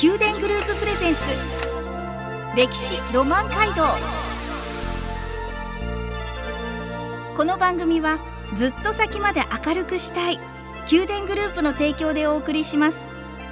宮殿グループプレゼンツ歴史ロマン街道。この番組はずっと先まで明るくしたい宮殿グループの提供でお送りします。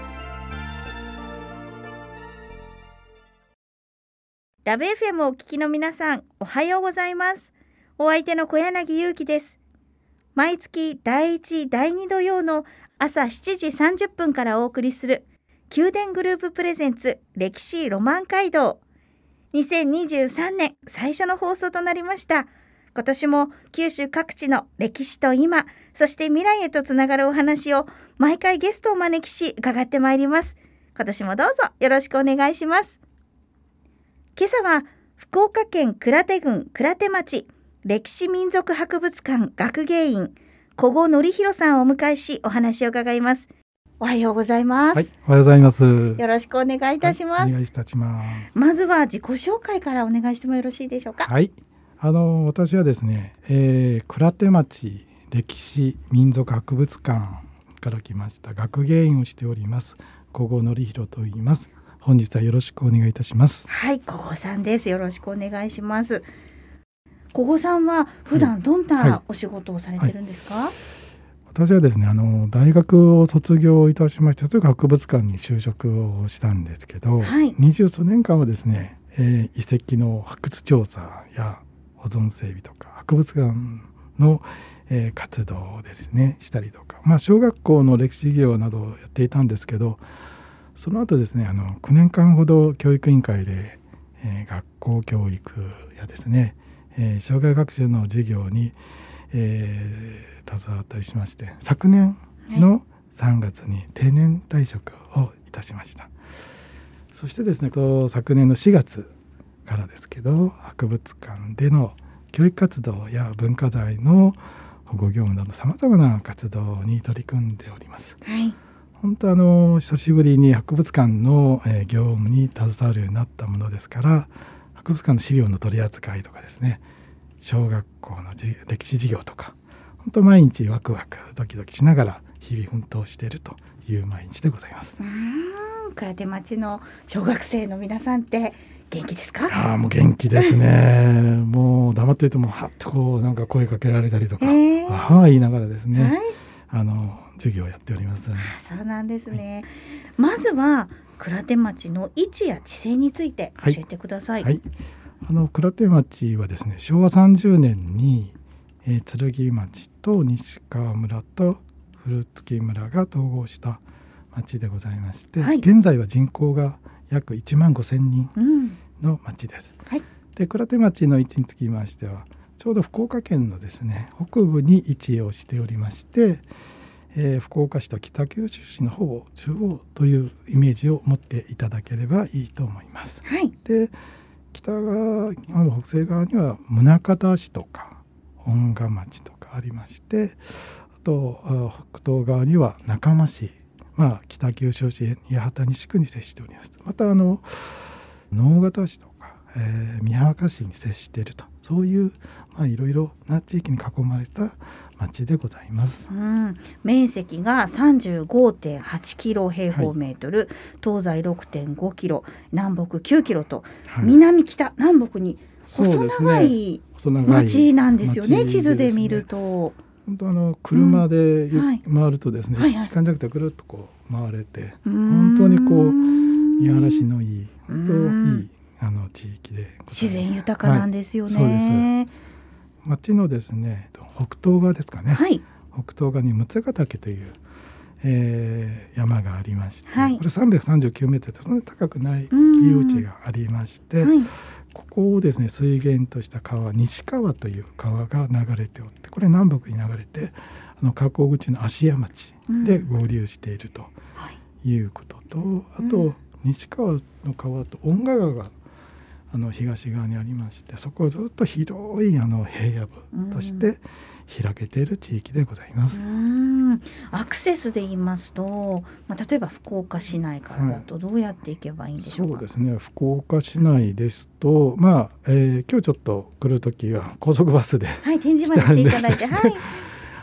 ラブ FM をお聞きの皆さん、おはようございます。お相手の小柳ゆうきです。毎月第1、第2土曜の朝7時30分からお送りする宮殿グループプレゼンツ歴史ロマン街道。2023年最初の放送となりました。今年も九州各地の歴史と今、そして未来へとつながるお話を毎回ゲストをお招きし伺ってまいります。今年もどうぞよろしくお願いします。今朝は福岡県鞍手郡鞍手町歴史民族博物館学芸員小後則弘さんをお迎えしお話を伺います。おはようございます。 はい、おはようございます。 よろしくお願いいたします。 はい、お願いいたします。 まずは自己紹介からお願いしてもよろしいでしょうか。 はい、私はですね、鞍手町歴史民族博物館から来ました学芸員をしております小後則弘と言います。本日はよろしくお願いいたします。 はい、小後さんです。よろしくお願いします。小後さんは普段どんなお仕事をされてるんですか？ 私はですね、大学を卒業いたしましてすぐ博物館に就職をしたんですけど、20数年間はですね、遺跡の発掘調査や保存整備とか博物館の、活動をですねしたりとか、小学校の歴史授業などをやっていたんですけど、その後ですね9年間ほど教育委員会で、学校教育やですね、障害学習の授業に、携わったりしまして、昨年の3月に定年退職をいたしました。そしてですね昨年の4月からですけど、博物館での教育活動や文化財の保護業務などさまざまな活動に取り組んでおります。本当久しぶりに博物館の、業務に携わるようになったものですから、博物館の資料の取り扱いとかですね、小学校の歴史授業とか、本当毎日ワクワクドキドキしながら日々奮闘しているという毎日でございます。 鞍手町の小学生の皆さんって元気ですか？ もう元気ですね。もう黙っていてもはっとこうなんか声かけられたりとか、言いながらですね、授業をやっております。 そうなんですね。まずは鞍手町の位置や地勢について教えてください。 鞍手町はですね、昭和30年に、剣町と西川村と古月村が統合した町でございまして、現在は人口が約1万5,000人の町です。で鞍手町の位置につきましては、ちょうど福岡県のですね北部に位置をしておりまして、福岡市と北九州市のほぼ中央というイメージを持っていただければいいと思います。で北側北西側には宗像市とか本賀町とかありまして、あと北東側には中間市、北九州市八幡西区に接しております。また直方市とか、宮若市に接していると、そういういろいろな地域に囲まれた町でございます。 面積が 35.8 キロ平方メートル、東西 6.5 キロ、南北9キロと、南北南北に細長い町なんですよね。地図で見ると本当車で回るとですね、1時間弱でぐるっとこう回れて、本当にこう見晴らしのいい本当いい地域で自然豊かなんですよね。 そうです。町のですね北東側ですかね、北東側に六ヶ岳という、山がありまして、これ339メートルとそんなに高くない丘陵地がありまして、ここをですね水源とした川、西川という川が流れておって、これ南北に流れて河口口の芦屋町で合流しているということと、あと西川の川と遠賀川が東側にありまして、そこをずっと広い平野部として開けている地域でございます。 アクセスで言いますと、例えば福岡市内からだとどうやって行けばいいんでしょうか？ そうですね、福岡市内ですと、今日ちょっと来るときは高速バスで展示まで来ていただいて、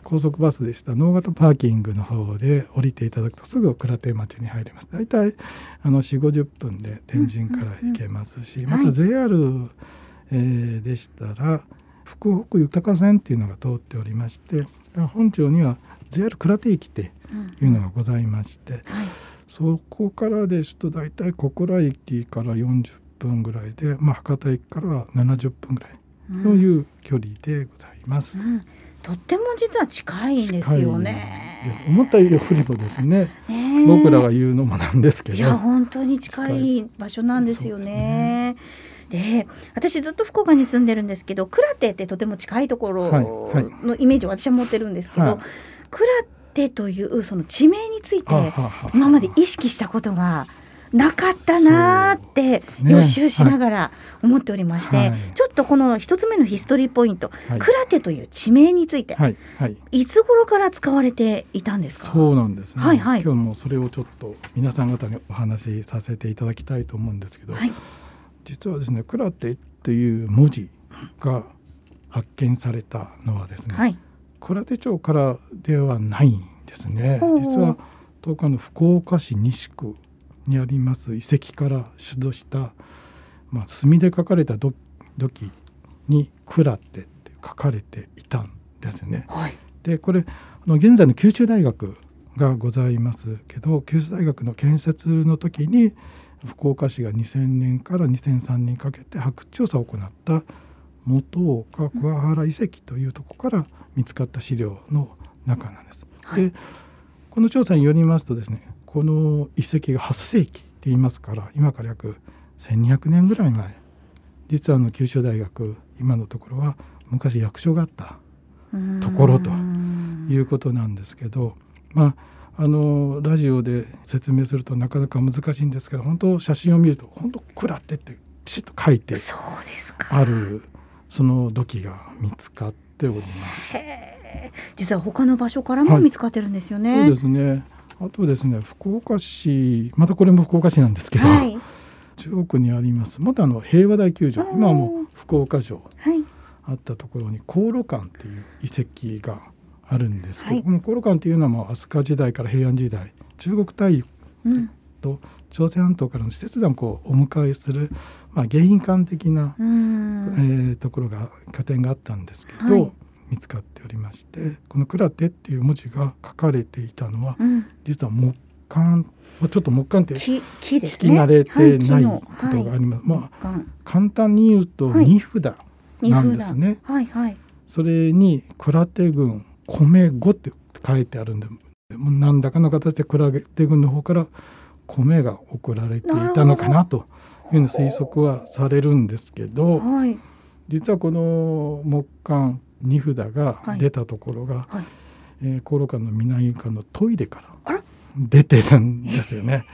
高速バスでした能形パーキングの方で降りていただくとすぐ鞍手町に入ります。だいたい4、50分で天神から行けますし、また JR、でしたら福北豊線っていうのが通っておりまして、本町には JR 鞍手駅っていうのがございまして、そこからですとだいたい小倉駅から40分ぐらいで、博多駅からは70分ぐらいという距離でございます。 とっても実は近いんですよね。 思ったよりもですね、僕らが言うのもなんですけど、 いや本当に近い場所なんですよね。で、私ずっと福岡に住んでるんですけど、鞍手ってとても近いところのイメージを私は持ってるんですけど、鞍手というその地名について今まで意識したことがなかったなって予習しながら思っておりまして、ちょっとこの一つ目のヒストリーポイント、鞍手という地名について、いつ頃から使われていたんですか？ そうなんですね、今日もそれをちょっと皆さん方にお話しさせていただきたいと思うんですけど、実はですね、鞍手っていう文字が発見されたのはですね、鞍手町からではないんですね。実は東海の福岡市西区にあります遺跡から出土した、墨で書かれた土器に鞍手って書かれていたんですよね。でこれ現在の九州大学がございますけど、九州大学の建設の時に福岡市が2000年から2003年にかけて発掘調査を行った本岡桑原遺跡というところから見つかった資料の中なんです。でこの調査によりますとですね、この遺跡が8世紀って言いますから、今から約1200年ぐらい前、実は九州大学今のところは昔役所があったところということなんですけど、ラジオで説明するとなかなか難しいんですけど、本当写真を見ると本当鞍手ってピシッと書いてあるその土器が見つかっております。 実は他の場所からも見つかってるんですよね。 そうですね。あとですね、福岡市、またこれも福岡市なんですけど、中央にあります元平和大球場、今はもう福岡城あったところに高炉館っていう遺跡があるんですけど、この高炉館っていうのは飛鳥時代から平安時代、中国大陸と朝鮮半島からの使節団をお迎えする、迎賓館的な、ところが拠点があったんですけど、見つかっておりまして、この鞍手っていう文字が書かれていたのは、実は木簡、ちょっと木簡って聞き慣れてないことがあります。簡単に言うと荷札なんですね。それに鞍手郡米5って書いてあるんで、何らかの形で鞍手郡の方から米が送られていたのかなという推測はされるんですけど、実はこの木簡荷札が出たところが、高炉館の南館のトイレから出てるんですよね。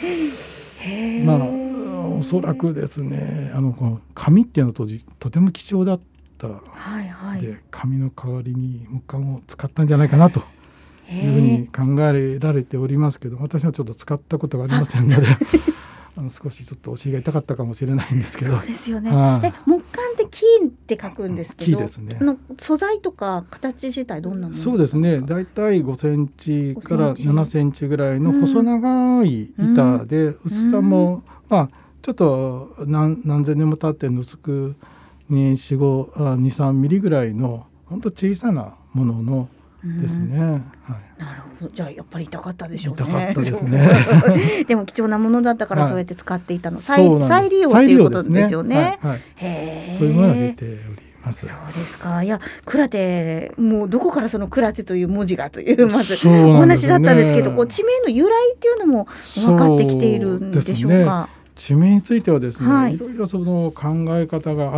おそらくですね、この紙っていうのは当時とても貴重だったで、紙の代わりに木簡を使ったんじゃないかなというふうに考えられておりますけど、私はちょっと使ったことがありませんので少しちょっとお尻が痛かったかもしれないんですけど。 そうですよね。木簡って金って書くんですけど、 木ですね。 素材とか形自体どんなものですか？ そうですね、だいたい5センチから7センチぐらいの細長い板で、薄さもちょっと何千年も経って薄く2,3ミリぐらいの本当小さなもののですね。なるほど。じゃあやっぱり痛かったでしょうね。 痛かったですね。 でも貴重なものだったからそうやって使っていたの、再利用ということですよね。 そういうものが出ております。 そうですか。いや、鞍手、もうどこからその鞍手という文字がというまずお話だったんですけど、地名の由来っていうのも分かってきているんでしょうか？ 地名についてはですね、いろいろその考え方があって、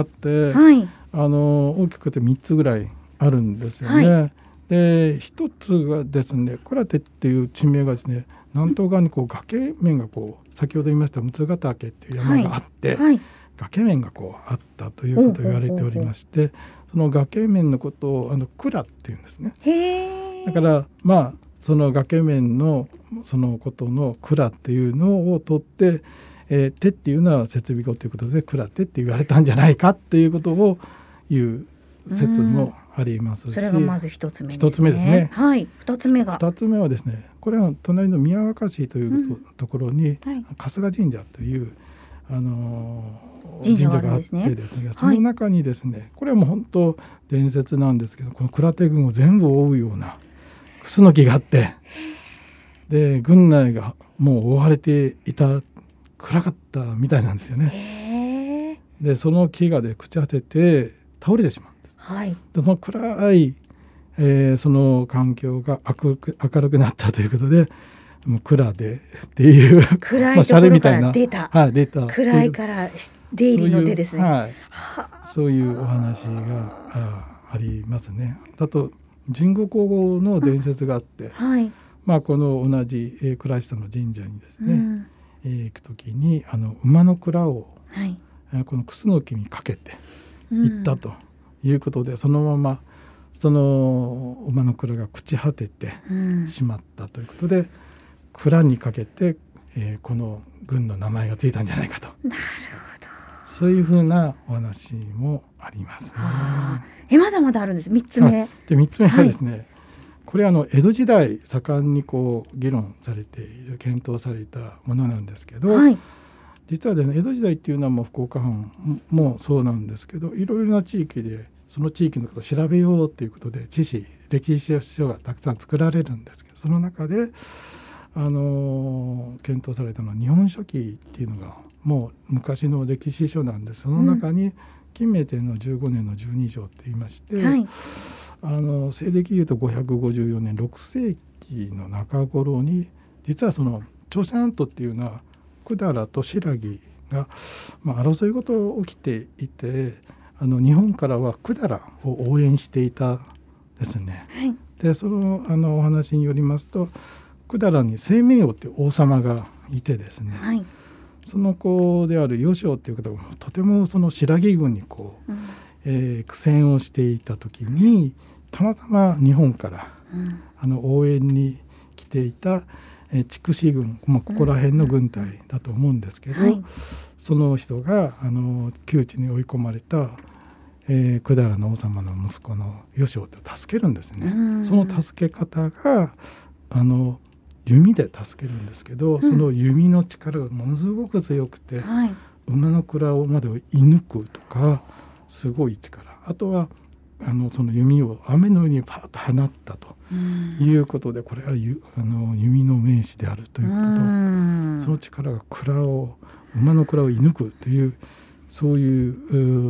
大きくて3つぐらいあるんですよね。で一つがですね、鞍手っていう地名がですね、南東側に崖面が先ほど言いました六ヶ岳っていう山があって、崖面があったということを言われておりまして、その崖面のことを鞍っていうんですね。だからその崖面のそのことの鞍っていうのを取って、手っていうのは設備語ということで鞍手って言われたんじゃないかっていうことを言う説もありますし、 それがまず一つ目ですね。 一つ目ですね。 はい。二つ目はですね、これは隣の宮若市というところに、春日神社という神社があってですね、その中にですね、これはもう本当伝説なんですけど、この鞍手郡を全部覆うようなクスノキがあって、で郡内がもう覆われていた、暗かったみたいなんですよね。でその木がで朽ち果てて倒れてしまう。でその暗い、その環境が明るくなったということで、もう蔵でっていう暗いところから出た、 出た暗いから出入りの出ですね。 そういうお話がありますね。あと神護公の伝説があって、この同じ倉下の神社にですね、行く時に馬の蔵を、このクスノキにかけて行ったということで、そのままその馬の蔵が朽ち果ててしまったということで、蔵にかけて、この郡の名前がついたんじゃないかと。 なるほど。 そういうふうなお話もありますね。 まだまだあるんです。3つ目。 で3つ目はですね、これ江戸時代盛んに議論されている、検討されたものなんですけど、実はですね、江戸時代っていうのはもう福岡藩もそうなんですけど、いろいろな地域でその地域のことを調べようということで歴史書がたくさん作られるんですけど、その中で検討されたのは日本書紀っていうのがもう昔の歴史書なんです。その中に金明天の15年の12条って言いまして、西暦でいうと554年6世紀の中頃に、実はその朝鮮半島っていうのは百済と新羅が、争いごと起きていて、日本からは百済を応援していたですね。でそのお話によりますと、百済に清明王という王様がいてですね、その子である余章という方がとてもその新羅軍に苦戦をしていた時に、たまたま日本から、応援に来ていた筑紫軍、ここら辺の軍隊だと思うんですけど、その人が窮地に追い込まれた百済の王様の息子の余章を助けるんですね。その助け方が弓で助けるんですけど、その弓の力がものすごく強くて、馬の蔵をまで射抜くとか、すごい力。あとはその弓を雨のようにパーッと放ったということで、これは弓の名手であるということと、その力が馬の蔵を射抜くという、そういう、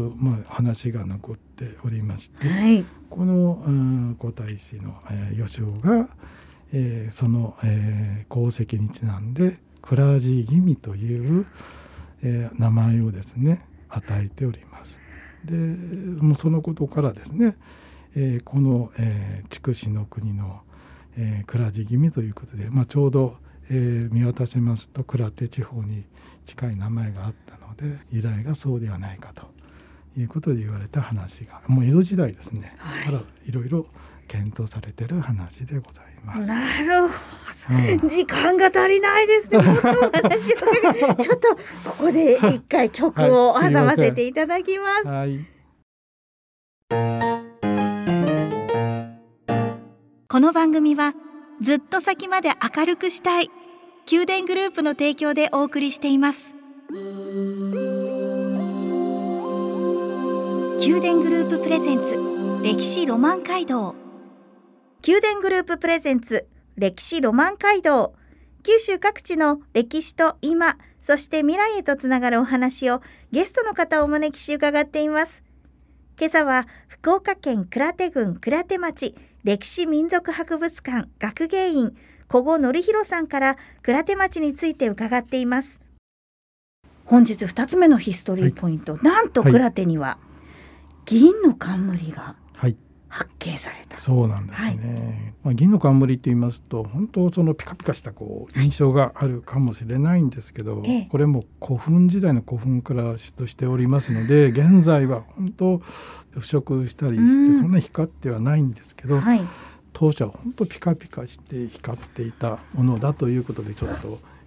話が残っておりまして、この皇太子の余章が、その、功績にちなんで蔵地君という、名前をですね与えております。でもうそのことからですね、この、筑紫の国の、蔵地君ということで、ちょうど、見渡しますと鞍手地方に近い名前があったので、由来がそうではないかということで言われた話が、もう江戸時代ですね、からいろいろ検討されている話でございます。 なるほど、時間が足りないですね。もっとお話を伺いちょっとここで一回曲を挟ませていただきます。この番組はずっと先まで明るくしたい宮殿グループの提供でお送りしています。宮殿グループプレゼンツ歴史ロマン街道。宮殿グループプレゼンツ歴史ロマン街道。九州各地の歴史と今、そして未来へとつながるお話をゲストの方をお招きし伺っています。今朝は福岡県鞍手郡鞍手町歴史民族博物館学芸員古後則弘さんから鞍手町について伺っています。本日2つ目のヒストリーポイント、なんと鞍手には銀の冠が発見された。 そうなんですね。銀の冠って言いますと、本当そのピカピカした印象があるかもしれないんですけど、これも古墳時代の古墳から出土しておりますので、現在は本当腐食したりしてそんな光ってはないんですけど、当初は本当ピカピカして光っていたものだということで、ちょっと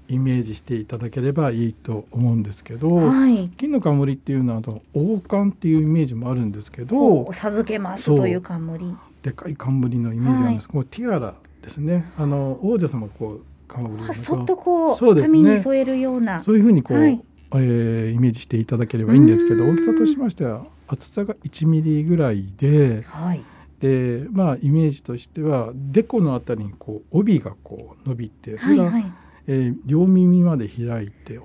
イメージしていただければいいと思うんですけど、銀の冠っていうのは王冠っていうイメージもあるんですけど、 授けますという冠、 でかい冠のイメージなんです、こうティアラですね。王女様がこう冠をそっとこう髪に添えるような、 そういうふうにこう、イメージしていただければいいんですけど、大きさとしましては厚さが1ミリぐらいで、でイメージとしてはデコのあたりにこう帯がこう伸びて、それが、両耳まで開いておって、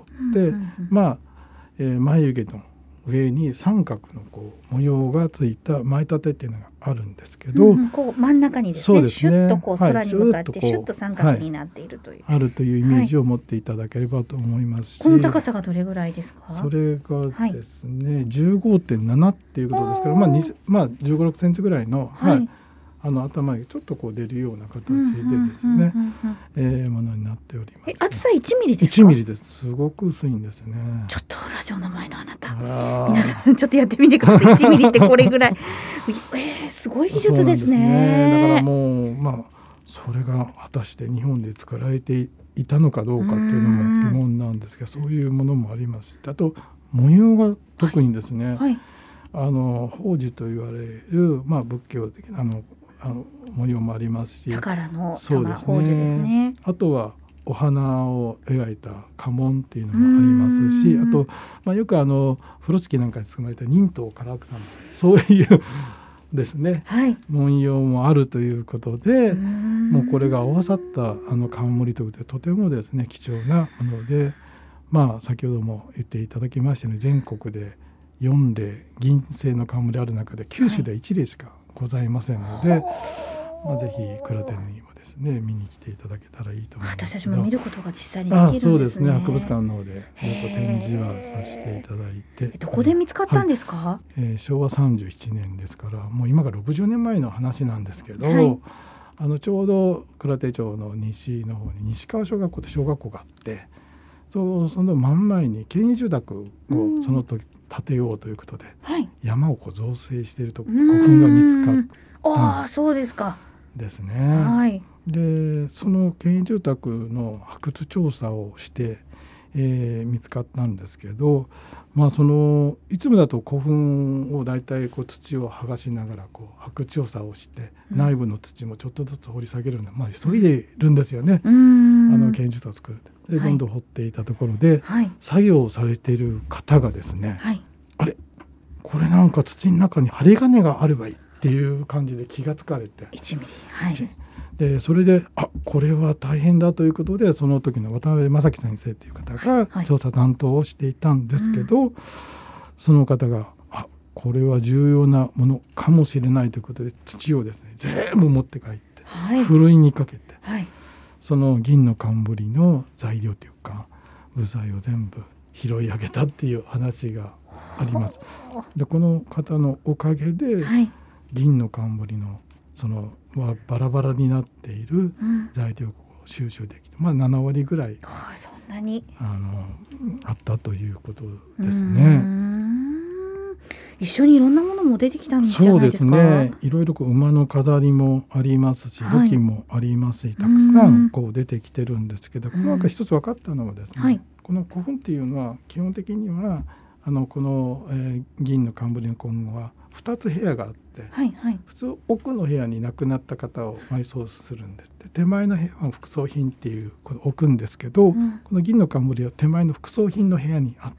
眉毛の上に三角のこう模様がついた前立てっていうのがあるんですけど、 こう真ん中にですね、シュッとこう空に向かってシュッと三角になっているという、 あるというイメージを持っていただければと思いますし、 この高さがどれぐらいですか？ それがですね、15.7 っていうことですから、15、6センチぐらいの、頭がちょっとこう出るような形でですね、ものになっております。 厚さ1ミリですか？ 1ミリです。すごく薄いんですね。 ちょっとラジオの前のあなた、皆さんちょっとやってみてください。1ミリってこれぐらいすごい技術ですね。 だからもうそれが果たして日本で作られていたのかどうかっていうのも疑問なんですが、そういうものもありますし、あと模様が特にですね、宝珠と言われる、仏教的な模様もありますし、 宝の玉宝珠ですね。 あとはお花を描いた家紋っていうのもありますし、あと、よく風呂敷なんかに使われた忍冬唐草のそういうですね、文様もあるということで、もうこれが合わさった冠ということでとてもですね貴重なもので、先ほども言っていただきましたように全国で4例銀製の冠ある中で九州で1例しかございませんので、ぜひ倉手にもですね見に来ていただけたらいいと思います。 私たちも見ることが実際にできるんですね。 そうですね、博物館の方で展示はさせていただいて。 どこで見つかったんですか？ 昭和37年ですから、もう今から60年前の話なんですけど、ちょうど倉手町の西の方に西川小学校と小学校があって、その真ん前に県営住宅をその時建てようということで、山をこう造成していると古墳が見つかった。 そうですか。 ですね。でその県営住宅の発掘調査をして、見つかったんですけど、いつもだと古墳をだいたいこう土を剥がしながらこう発掘調査をして、内部の土もちょっとずつ掘り下げるので、急いでるんですよね。県営住宅を作るでどんどん掘っていたところで、作業をされている方がですね、あれこれなんか土の中に針金があればいいっていう感じで気がつかれて、 1ミリ、 でそれでこれは大変だということで、その時の渡辺正樹先生という方が調査担当をしていたんですけど、その方がこれは重要なものかもしれないということで土をですね全部持って帰って、ふるいにかけて、その銀の冠の材料というか部材を全部拾い上げたっていう話があります。でこの方のおかげで、銀の冠のそのバラバラになっている材料を収集できて、7割ぐらいそんなにあったということですね。 一緒にいろんなものも出てきたんじゃないですか？ そうですね、いろいろ馬の飾りもありますし、土器もありますし、たくさん出てきてるんですけど、この中一つ分かったのはですね、この古墳っていうのは基本的にはこの、銀の冠の古墳は2つ部屋があって、普通奥の部屋に亡くなった方を埋葬するんです。で手前の部屋は副葬品っていうこれ置くんですけど、この銀の冠は手前の副葬品の部屋にあって、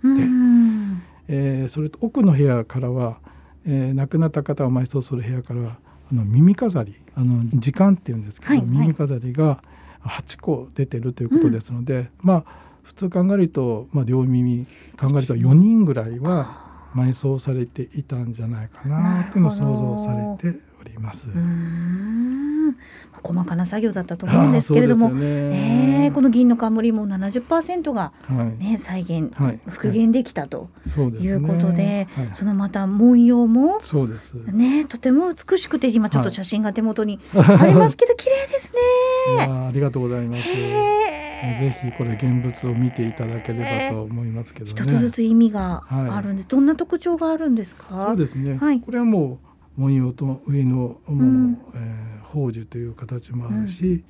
それと奥の部屋からは、亡くなった方を埋葬する部屋からは耳飾り時間っていうんですけど、耳飾りが8個出てるということですので、普通考えると、両耳考えると4人ぐらいは埋葬されていたんじゃないかなというのを想像されております。 細かな作業だったと思うんですけれども、この銀の冠も 70% が、再現、復元できたということで、そのまた文様もとても美しくて、今ちょっと写真が手元にありますけど、綺麗ですね。 ありがとうございます。ぜひこれ現物を見ていただければと思いますけどね。 一つずつ意味があるんです。どんな特徴があるんですか？ そうですね、これはもう文様と上の宝珠という形もあるし、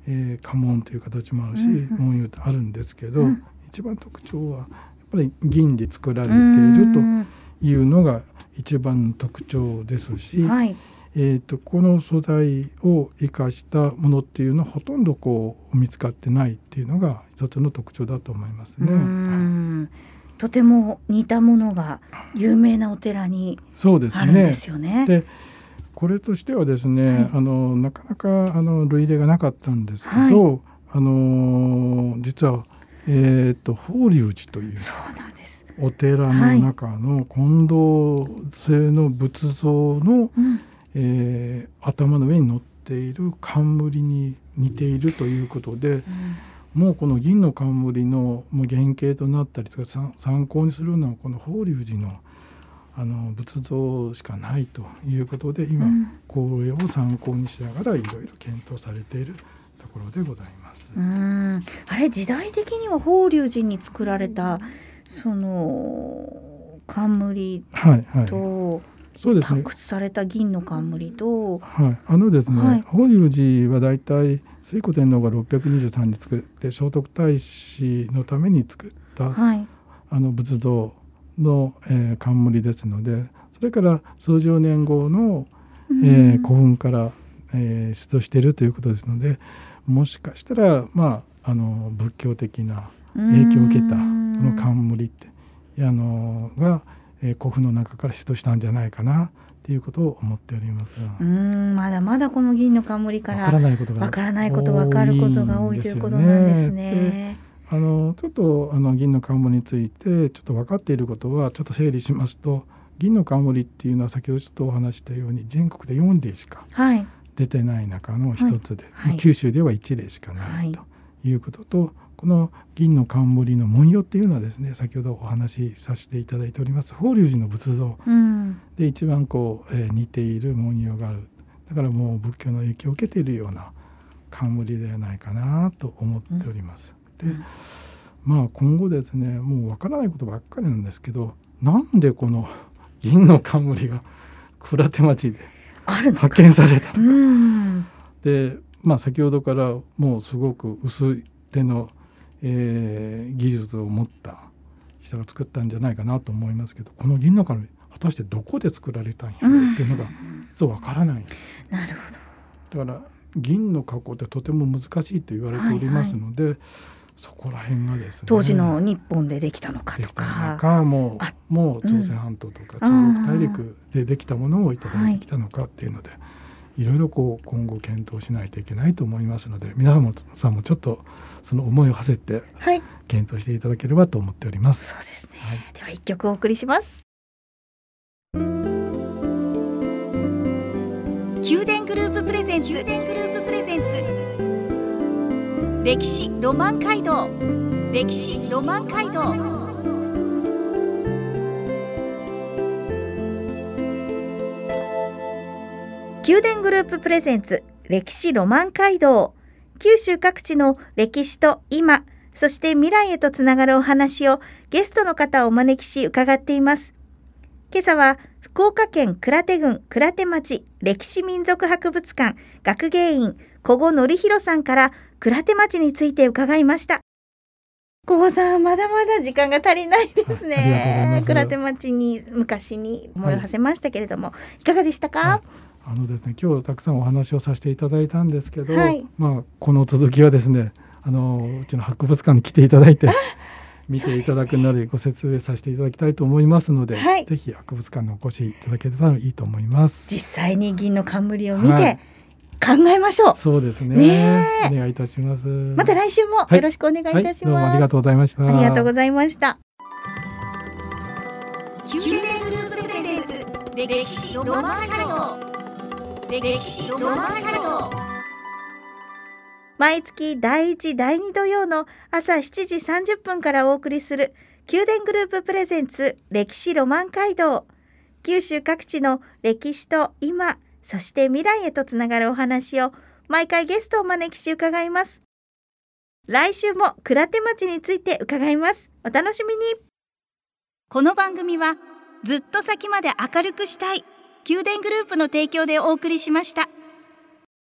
家紋という形もあるし、文様ってあるんですけど、一番特徴はやっぱり銀で作られているというのが一番の特徴ですし、この素材を生かしたものっていうのはほとんど見つかってないっていうのが一つの特徴だと思いますね。 とても似たものが有名なお寺にあるんですよね。 でこれとしてはですね、なかなか類例がなかったんですけど、実は、法隆寺というお寺の中の金銅製の仏像の、頭の上に乗っている冠に似ているということで、もうこの銀の冠の原型となったりとか参考にするのはこの法隆寺の仏像しかないということで、今これを参考にしながらいろいろ検討されているところでございます。 あれ時代的には法隆寺に作られたその冠と、そうですね、発掘された銀の冠と、 ですね、法隆寺はだいたい推古天皇が623に作って聖徳太子のために作った、仏像の、冠ですので、それから数十年後の、古墳から、出土しているということですので、もしかしたら、仏教的な影響を受けたこの冠ってが、古墳の中から出土したんじゃないかなということを思っております。 まだまだこの銀の冠からわからないこと分かることが多いということなんですね。 ちょっと銀の冠についてちょっと分かっていることはちょっと整理しますと、銀の冠っていうのは先ほどちょっとお話したように全国で4例しか出てない中の一つで、九州では1例しかないということと、この銀の冠の文様っていうのはですね、先ほどお話しさせていただいております法隆寺の仏像で一番似ている文様がある。だからもう仏教の影響を受けているような冠ではないかなと思っております。で今後ですね、もうわからないことばっかりなんですけど、なんでこの銀の冠が鞍手町で発見されたのか。で先ほどからもうすごく薄い手の技術を持った人が作ったんじゃないかなと思いますけど、この銀の冠果たしてどこで作られたんやっていうのがそうわからない。 なるほど。 だから銀の加工ってとても難しいと言われておりますので、そこら辺がですね、 当時の日本でできたのかとか、 もう朝鮮半島とか中国大陸でできたものをいただいてきたのかっていうので、いろいろ今後検討しないといけないと思いますので、皆さんもちょっとその思いを馳せて検討していただければと思っております。 そうですね。では一曲お送りします。宮殿グループプレゼンツ歴史ロマン街道、歴史ロマン街道。宮殿グループプレゼンツ歴史ロマン街道。九州各地の歴史と今、そして未来へとつながるお話をゲストの方をお招きし伺っています。今朝は福岡県鞍手郡鞍手町歴史民族博物館学芸員小後則弘さんから鞍手町について伺いました。小後さん、まだまだ時間が足りないですね。鞍手町に昔に思いを馳せましたけれども、いかがでしたか？ ですね、今日たくさんお話をさせていただいたんですけど、この続きはですね、うちの博物館に来ていただいて見ていただくなりご説明させていただきたいと思いますので、ぜひ博物館にお越しいただけたらいいと思います。 実際に銀の冠を見て、考えましょう。 そうですね。お願いいたします。 また来週もよろしくお願いいたします。 どうもありがとうございました。 ありがとうございました。 宮殿グループプレゼンツ歴史ロマン街道、歴史ロマン街道。 毎月第1、第2土曜の朝7時30分からお送りする宮殿グループプレゼンツ歴史ロマン街道。九州各地の歴史と今、そして未来へとつながるお話を毎回ゲストをお招きし伺います。来週も鞍手町について伺います。お楽しみに。この番組はずっと先まで明るくしたい宮殿グループの提供でお送りしました。